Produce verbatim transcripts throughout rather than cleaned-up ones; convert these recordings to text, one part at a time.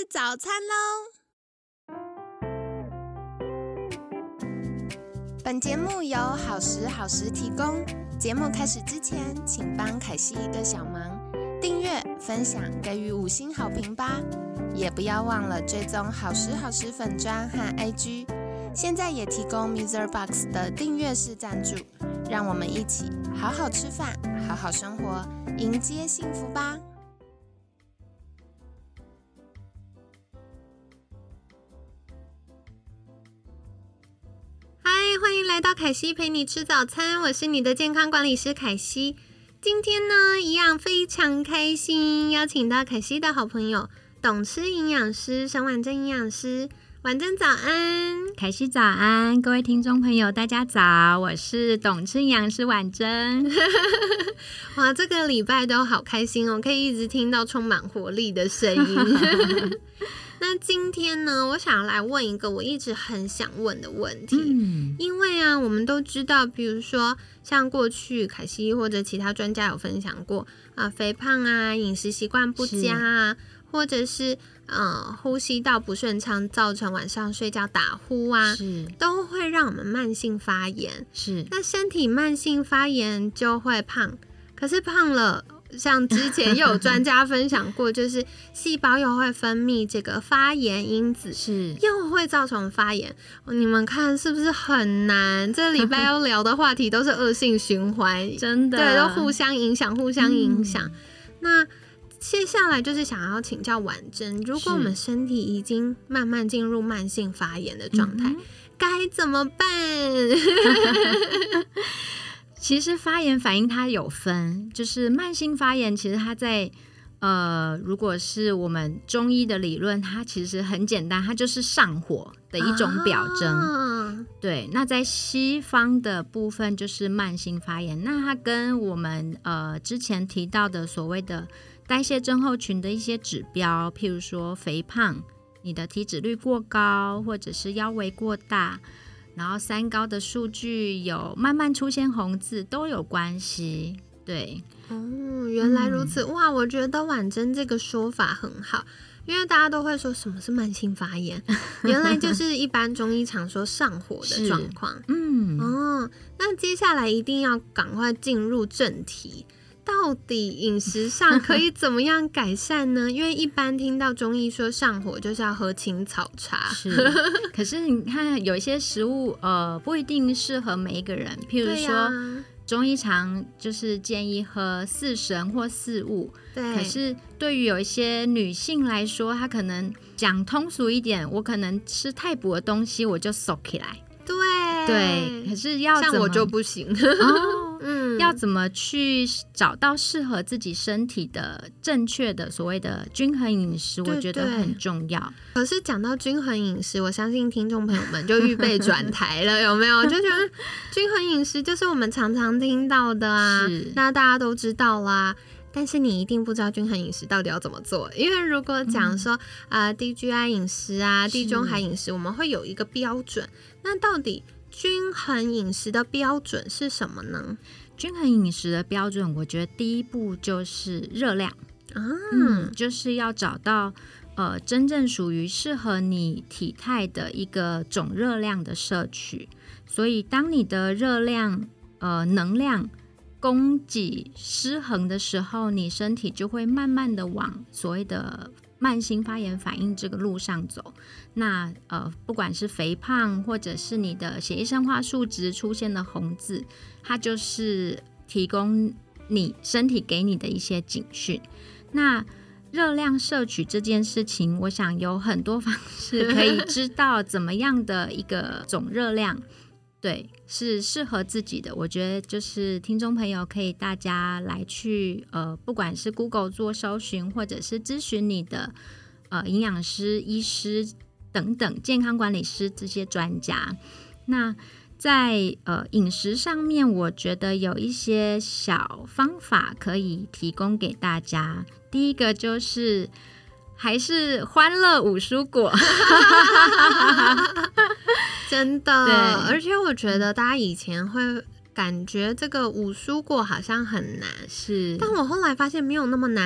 早餐喽！本节目由好时好时提供。节目开始之前，请帮凯西一个小忙，订阅、分享、给予五星好评吧！也不要忘了追踪好时好时粉专和 I G。现在也提供 MixerBox 的订阅式赞助，让我们一起好好吃饭，好好生活，迎接幸福吧！嗨，欢迎来到凯西陪你吃早餐，我是你的健康管理师凯西。今天呢，一样非常开心，邀请到凯西的好朋友，懂吃营养师沈婉珍营养师。婉珍早安， 凯西早安，各位听众朋友大家早，我是懂吃营养师婉珍。 哇，这个礼拜都好开心哦，可以一直听到充满活力的声音。那今天呢，我想来问一个我一直很想问的问题，嗯、因为啊，我们都知道，比如说像过去凯西或者其他专家有分享过啊，肥胖啊，饮食习惯不佳啊，或者是呃呼吸道不顺畅，造成晚上睡觉打呼啊，都会让我们慢性发炎。 是， 那身体慢性发炎就会胖，可是胖了。像之前又有专家分享过，就是细胞又会分泌这个发炎因子， 是又会造成发炎。你们看是不是很难？这礼拜要聊的话题都是恶性循环， 真的， 对，都互相影响，互相影响。嗯、那接下来就是想要请教婉珍，如果我们身体已经慢慢进入慢性发炎的状态，该、嗯、怎么办？ 其实发炎反应它有分，就是慢性发炎，其实它在呃，如果是我们中医的理论，它其实很简单，它就是上火的一种表征。啊、对，那在西方的部分就是慢性发炎，那它跟我们呃之前提到的所谓的代谢症候群的一些指标，譬如说肥胖、你的体脂率过高，或者是腰围过大。然后三高的数据有慢慢出现红字，都有关系。对， 哦，原来如此，嗯、哇！我觉得婉珍这个说法很好，因为大家都会说什么是慢性发炎，原来就是一般中医常说上火的状况。嗯，哦，那接下来一定要赶快进入正题。到底饮食上可以怎么样改善呢？因为一般听到中医说上火就是要喝青草茶， 是。可是你看有一些食物呃不一定适合每一个人，譬如说、啊、中医常就是建议喝四神或四物，对。可是对于有一些女性来说，她可能讲通俗一点，我可能吃太补的东西我就瘦起来， 对对。可是要怎么， 像我就不行。 哦嗯，要怎么去找到适合自己身体的正确的所谓的均衡饮食，我觉得很重要。 可是讲到均衡饮食，我相信听众朋友们就预备转台了，有没有？就觉得均衡饮食就是我们常常听到的啊，那大家都知道啦。但是你一定不知道均衡饮食到底要怎么做，因为如果讲说、嗯呃、低 G I 饮食啊、地中海饮食，我们会有一个标准。那到底均衡饮食的标准是什么呢？ 均衡饮食的标准，我觉得第一步就是热量，啊、嗯，就是要找到呃真正属于适合你体态的一个总热量的摄取。所以，当你的热量呃能量供给失衡的时候，你身体就会慢慢的往所谓的慢性发炎反应这个路上走。那呃，不管是肥胖，或者是你的血液生化数值出现的红字，它就是提供你身体给你的一些警讯。那热量摄取这件事情，我想有很多方式可以知道怎么样的一个总热量对，是适合自己的。我觉得就是听众朋友可以大家来去呃，不管是 Google 做搜寻，或者是咨询你的呃营养师、医师等等健康管理师这些专家。那在呃饮食上面，我觉得有一些小方法可以提供给大家。第一个就是还是欢乐五蔬果真的，而且我觉得大家以前会感觉这个五蔬果好像很难， 是， 但我后来发现没有那么难。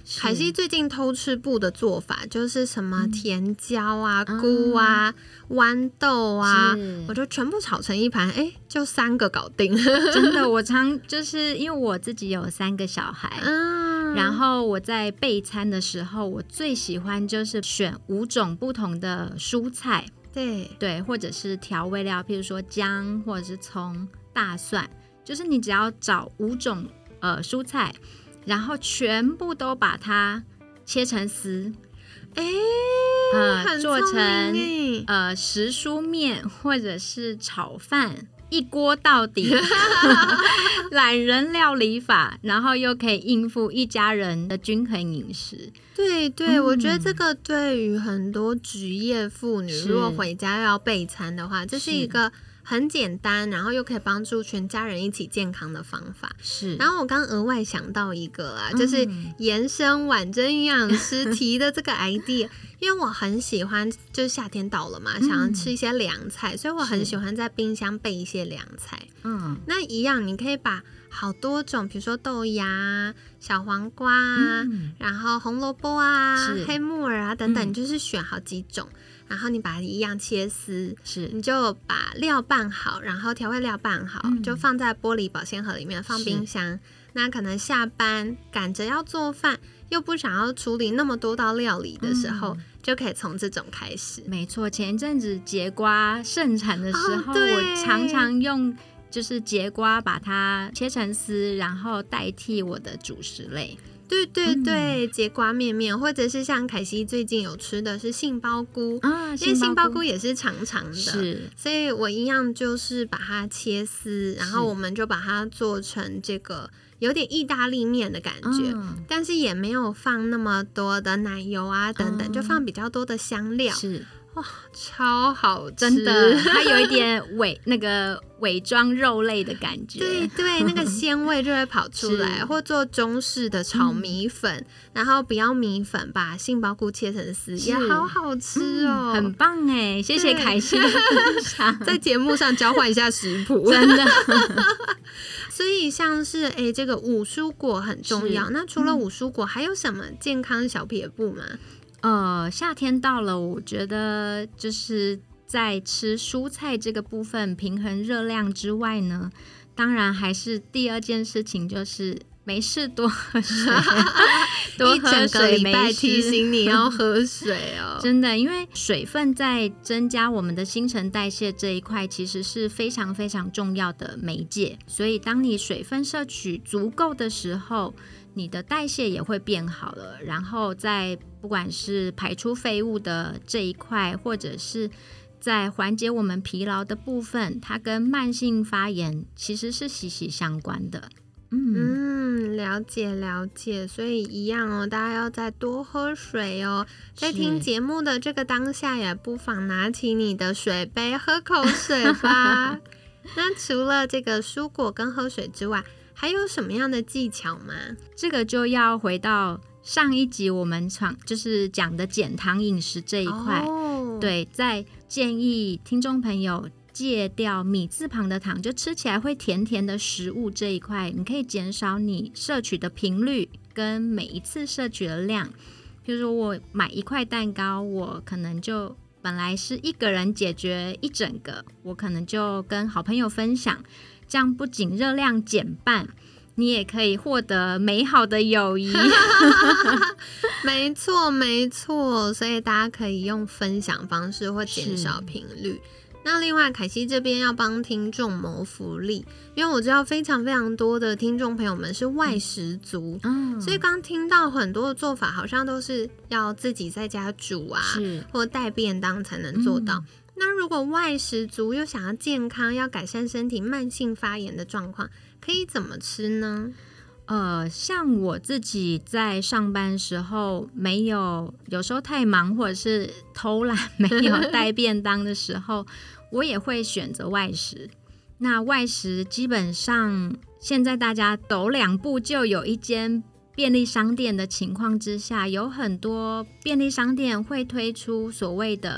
凯西最近偷吃步的做法就是什么甜椒啊、嗯、菇啊、豌豆啊，我就全部炒成一盘，哎，就三个搞定。 真的，我常就是因为我自己有三个小孩，嗯，然后我在备餐的时候，我最喜欢就是选五种不同的蔬菜， 对对，或者是调味料，譬如说姜或者是葱、大蒜，就是你只要找五种呃蔬菜。然后全部都把它切成丝， 哎、 呃，做成呃时蔬面或者是炒饭，一锅到底，懒人料理法，然后又可以应付一家人的均衡饮食。 对对、嗯，我觉得这个对于很多职业妇女，如果回家要备餐的话，这是一个很简单，然后又可以帮助全家人一起健康的方法。 是， 然后我刚额外想到一个啦，嗯、就是延伸婉珍营养师提的这个 idea， 因为我很喜欢，就是夏天到了嘛，嗯、想要吃一些凉菜，所以我很喜欢在冰箱备一些凉菜。嗯，那一样你可以把好多种，比如说豆芽、小黄瓜啊、嗯，然后红萝卜啊、黑木耳啊等等，嗯、你就是选好几种。然后你把它一样切丝， 是， 你就把料拌好，然后调味料拌好，嗯、就放在玻璃保鲜盒里面放冰箱。那可能下班赶着要做饭，又不想要处理那么多道料理的时候，嗯、就可以从这种开始。 没错，前一阵子节瓜盛产的时候，哦、我常常用就是节瓜把它切成丝，然后代替我的主食类。 对对对，节、嗯、瓜面面，或者是像凯西最近有吃的是杏鲍菇，啊、因为杏鲍菇也是长长的， 是， 所以我一样就是把它切丝，然后我们就把它做成这个有点意大利面的感觉，嗯、但是也没有放那么多的奶油啊等等，嗯、就放比较多的香料， 是。 哇、哦，超好吃！ 真的，它有一点伪那个伪装肉类的感觉， 对对，那个鲜味就会跑出来。或做中式的炒米粉，嗯、然后不要米粉，把杏鲍菇切成丝，也好好吃哦， 嗯、很棒哎！谢谢凯西的分享， 在节目上交换一下食谱， 真的。 所以像是哎，这个五蔬果很重要。那除了五蔬果，嗯、还有什么健康小撇步吗？ 呃，夏天到了，我觉得就是在吃蔬菜这个部分平衡热量之外呢，当然还是第二件事情就是没事多喝水，多喝水， 一整个礼拜提醒你要喝水哦。 真的，因为水分在增加我们的新陈代谢这一块，其实是非常非常重要的媒介。所以，当你水分摄取足够的时候，你的代谢也会变好了，然后在不管是排出废物的这一块，或者是在缓解我们疲劳的部分，它跟慢性发炎其实是息息相关的。 嗯, 嗯，了解了解，所以一样哦，大家要再多喝水哦。在听节目的这个当下，也不妨拿起你的水杯喝口水吧。那除了这个蔬果跟喝水之外，还有什么样的技巧吗？ 这个就要回到上一集我们就是讲的减糖饮食这一块，哦、对，在建议听众朋友戒掉米字旁的糖，就吃起来会甜甜的食物这一块，你可以减少你摄取的频率跟每一次摄取的量。比如说我买一块蛋糕，我可能就本来是一个人解决一整个，我可能就跟好朋友分享，这样不仅热量减半，你也可以获得美好的友谊。 没错没错，所以大家可以用分享方式或减少频率。那另外凯西这边要帮听众谋福利，因为我知道非常非常多的听众朋友们是外食族，嗯、所以刚听到很多的做法好像都是要自己在家煮啊，或带便当才能做到。嗯、那如果外食族又想要健康，要改善身体慢性发炎的状况，可以怎么吃呢？ 呃，像我自己在上班时候没有，有时候太忙或者是偷懒没有带便当的时候，我也会选择外食。那外食基本上现在大家走两步就有一间便利商店的情况之下，有很多便利商店会推出所谓的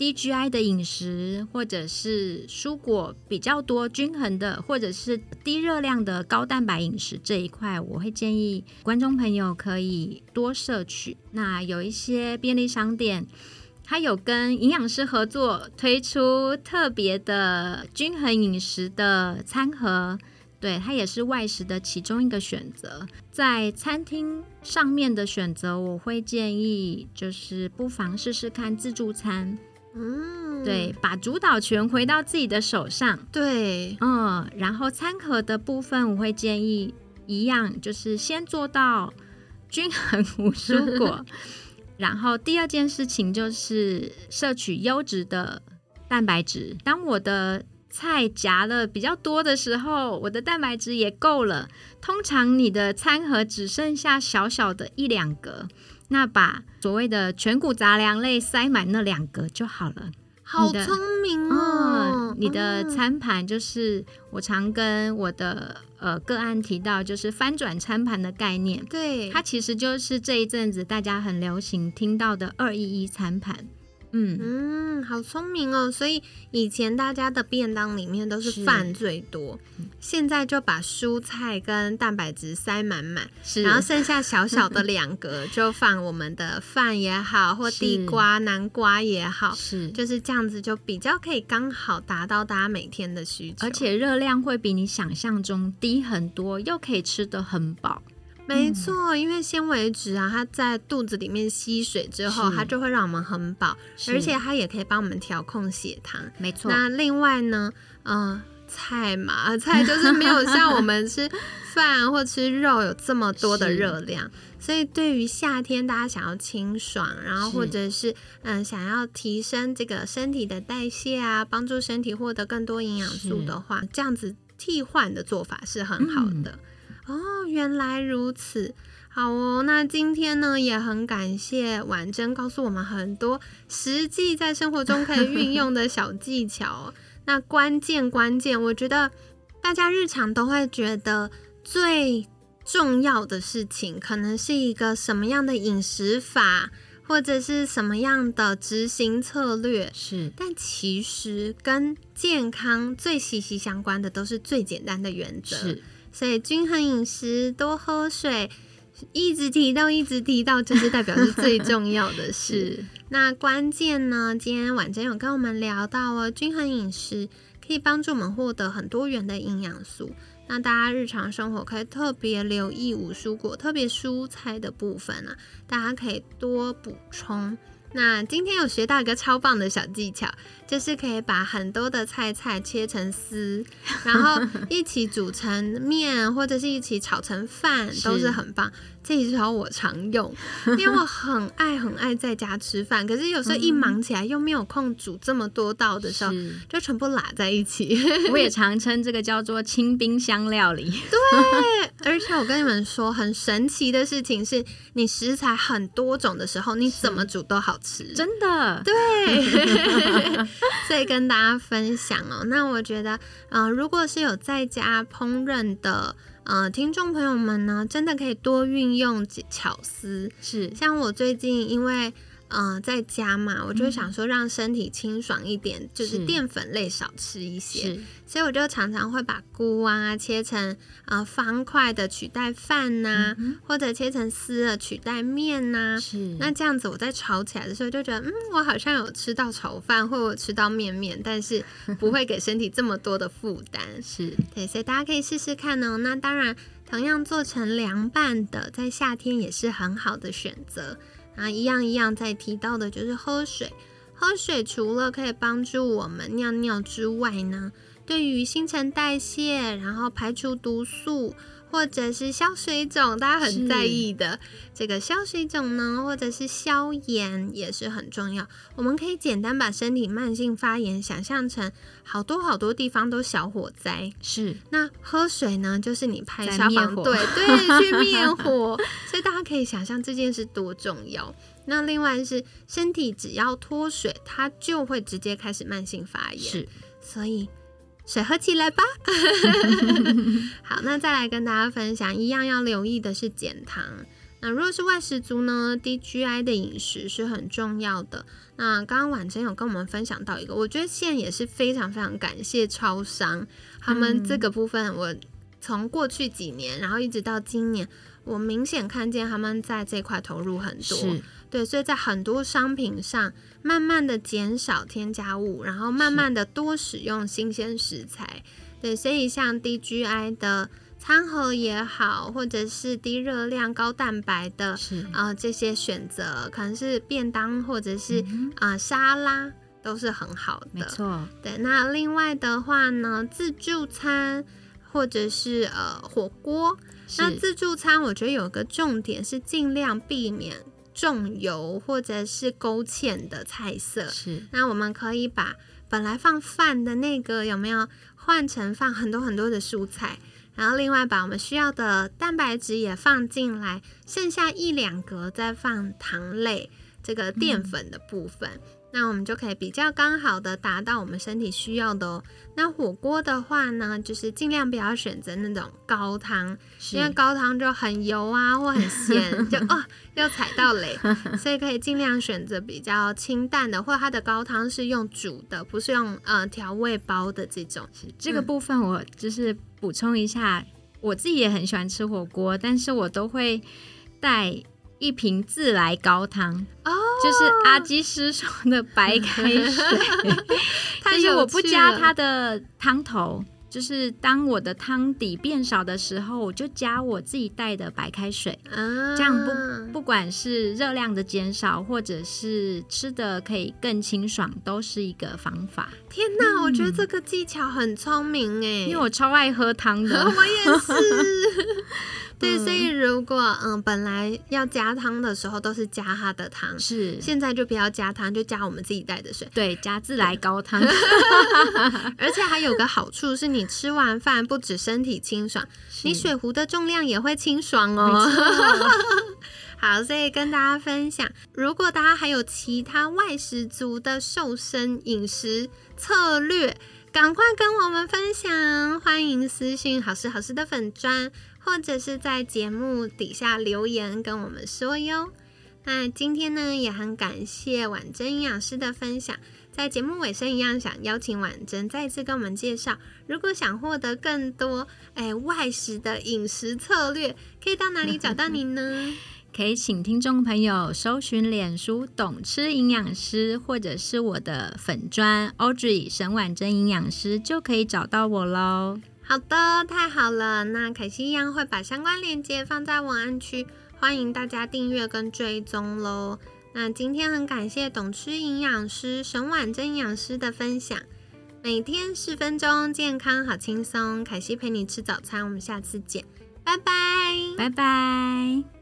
低 G I 的饮食，或者是蔬果比较多均衡的，或者是低热量的高蛋白饮食这一块，我会建议观众朋友可以多摄取。那有一些便利商店它有跟营养师合作推出特别的均衡饮食的餐盒，对，它也是外食的其中一个选择。在餐厅上面的选择，我会建议就是不妨试试看自助餐，嗯，对，把主导权回到自己的手上， 对， 嗯，然后餐盒的部分，我会建议一样，就是先做到均衡无蔬果。然后第二件事情就是摄取优质的蛋白质。当我的菜夹了比较多的时候，我的蛋白质也够了。通常你的餐盒只剩下小小的一两格，那把所谓的全谷杂粮类塞满那两格就好了。 好聪明哦！ 嗯、你的餐盘就是我常跟我的呃个案提到，就是翻转餐盘的概念。 对， 它其实就是这一阵子大家很流行听到的二一一餐盘。嗯嗯，好聪明哦！所以以前大家的便当里面都是饭最多，现在就把蔬菜跟蛋白质塞满满，然后剩下小小的两格就放我们的饭也好，或地瓜、南瓜也好， 是就是这样子，就比较可以刚好达到大家每天的需求， 而且热量会比你想象中低很多，又可以吃得很饱。 没错，因为纤维质啊，它在肚子里面吸水之后，它就会让我们很饱，而且它也可以帮我们调控血糖。 没错。 那另外呢，呃，菜嘛，菜就是没有像我们吃饭或吃肉有这么多的热量，所以对于夏天大家想要清爽，然后或者是嗯、呃、想要提升这个身体的代谢啊，帮助身体获得更多营养素的话，这样子替换的做法是很好的。嗯哦，原来如此，好哦。那今天呢，也很感谢婉珍告诉我们很多实际在生活中可以运用的小技巧。那关键关键，我觉得大家日常都会觉得最重要的事情，可能是一个什么样的饮食法，或者是什么样的执行策略。 是， 但其实跟健康最息息相关的，都是最简单的原则。是。所以均衡饮食，多喝水，一直提到一直提到，就是代表是最重要的事。那关键呢，今天婉珍有跟我们聊到哦，均衡饮食可以帮助我们获得很多元的营养素。那大家日常生活可以特别留意五蔬果，特别蔬菜的部分啊，大家可以多补充。那今天有学到一个超棒的小技巧，就是可以把很多的菜菜切成丝，然后一起煮成面，或者是一起炒成饭，都是很棒。这一招我常用，因为我很爱很爱在家吃饭，可是有时候一忙起来又没有空煮这么多道的时候，就全部拉在一起。 我也常称这个叫做清冰箱料理。 对，而且我跟你们说，很神奇的事情是，你食材很多种的时候，你怎么煮都好吃， 真的。 对，所以跟大家分享哦。那我觉得，嗯、呃，如果是有在家烹饪的。呃，听众朋友们呢，真的可以多运用巧思。 是， 像我最近因为呃在家嘛，我就想说让身体清爽一点，嗯、就是淀粉类少吃一些，所以我就常常会把菇啊切成呃方块的取代饭呐、啊嗯，或者切成丝的取代面呐、啊。是，那这样子我在炒起来的时候就觉得，嗯，我好像有吃到炒饭，或者吃到面面，但是不会给身体这么多的负担。 是， 对，所以大家可以试试看哦。那当然，同样做成凉拌的，在夏天也是很好的选择。啊，一样一样在提到的就是喝水，喝水除了可以帮助我们尿尿之外呢，对于新陈代谢，然后排除毒素，或者是消水肿，大家很在意的这个消水肿呢，或者是消炎也是很重要。我们可以简单把身体慢性发炎想象成好多好多地方都小火灾， 是。 那喝水呢，就是你派消防队对去灭火，所以大家可以想象这件事多重要。那另外是身体只要脱水，它就会直接开始慢性发炎， 是。 所以水喝起来吧。好，那再来跟大家分享，一样要留意的是减糖。 那如果是外食族呢，低 G I 的饮食是很重要的。那刚刚婉珍有跟我们分享到一个，我觉得现在也是非常非常感谢超商，他们这个部分我从过去几年，然后一直到今年，我明显看见他们在这块投入很多。对，所以在很多商品上慢慢的减少添加物，然后慢慢的多使用新鲜食材。对，所以像低 G I 的餐盒也好，或者是低热量高蛋白的呃这些选择，可能是便当或者是、嗯呃、沙拉都是很好的。 没错。 对，那另外的话呢，自助餐或者是呃火锅，那自助餐我觉得有个重点是尽量避免重油或者是勾芡的菜色。 是， 那我们可以把本来放饭的那个有没有换成放很多很多的蔬菜，然后另外把我们需要的蛋白质也放进来，剩下一两格再放糖类这个淀粉的部分、嗯、那我们就可以比较刚好的达到我们身体需要的哦。那火锅的话呢，就是尽量不要选择那种高汤，因为高汤就很油啊或很咸就哦又踩到雷所以可以尽量选择比较清淡的，或者它的高汤是用煮的，不是用呃调味包的这种。 这个部分我就是补充一下、嗯、我自己也很喜欢吃火锅，但是我都会带一瓶自来高汤、哦、就是阿基师说的白开水就是我不加它的汤头，就是当我的汤底变少的时候，我就加我自己带的白开水、啊、这样 不, 不管是热量的减少或者是吃的可以更清爽，都是一个方法。 天哪、嗯、我觉得这个技巧很聪明耶， 因为我超爱喝汤的我也是对，所以如果嗯本来要加汤的时候都是加它的汤， 是现在就不要加汤，就加我们自己带的水。 对，加自来高汤而且还有个好处是，你吃完饭不止身体清爽，你水壶的重量也会清爽哦。好，所以跟大家分享，如果大家还有其他外食族的瘦身饮食策略，赶快跟我们分享，欢迎私讯好事好事的粉专，或者是在节目底下留言跟我们说哟。那今天呢，也很感谢婉珍营养师的分享，在节目尾声一样想邀请婉珍再次跟我们介绍，如果想获得更多哎外食的饮食策略，可以到哪里找到你呢？ 可以请听众朋友搜寻脸书懂吃营养师，或者是我的粉专 Audrey 沈婉珍营养师，就可以找到我咯。 好的，太好了，那凯西一样会把相关链接放在文案区，欢迎大家订阅跟追踪咯。那今天很感谢懂吃营养师沈婉珍营养师的分享，每天十分钟，健康好轻松，凯西陪你吃早餐，我们下次见，拜拜， 拜拜。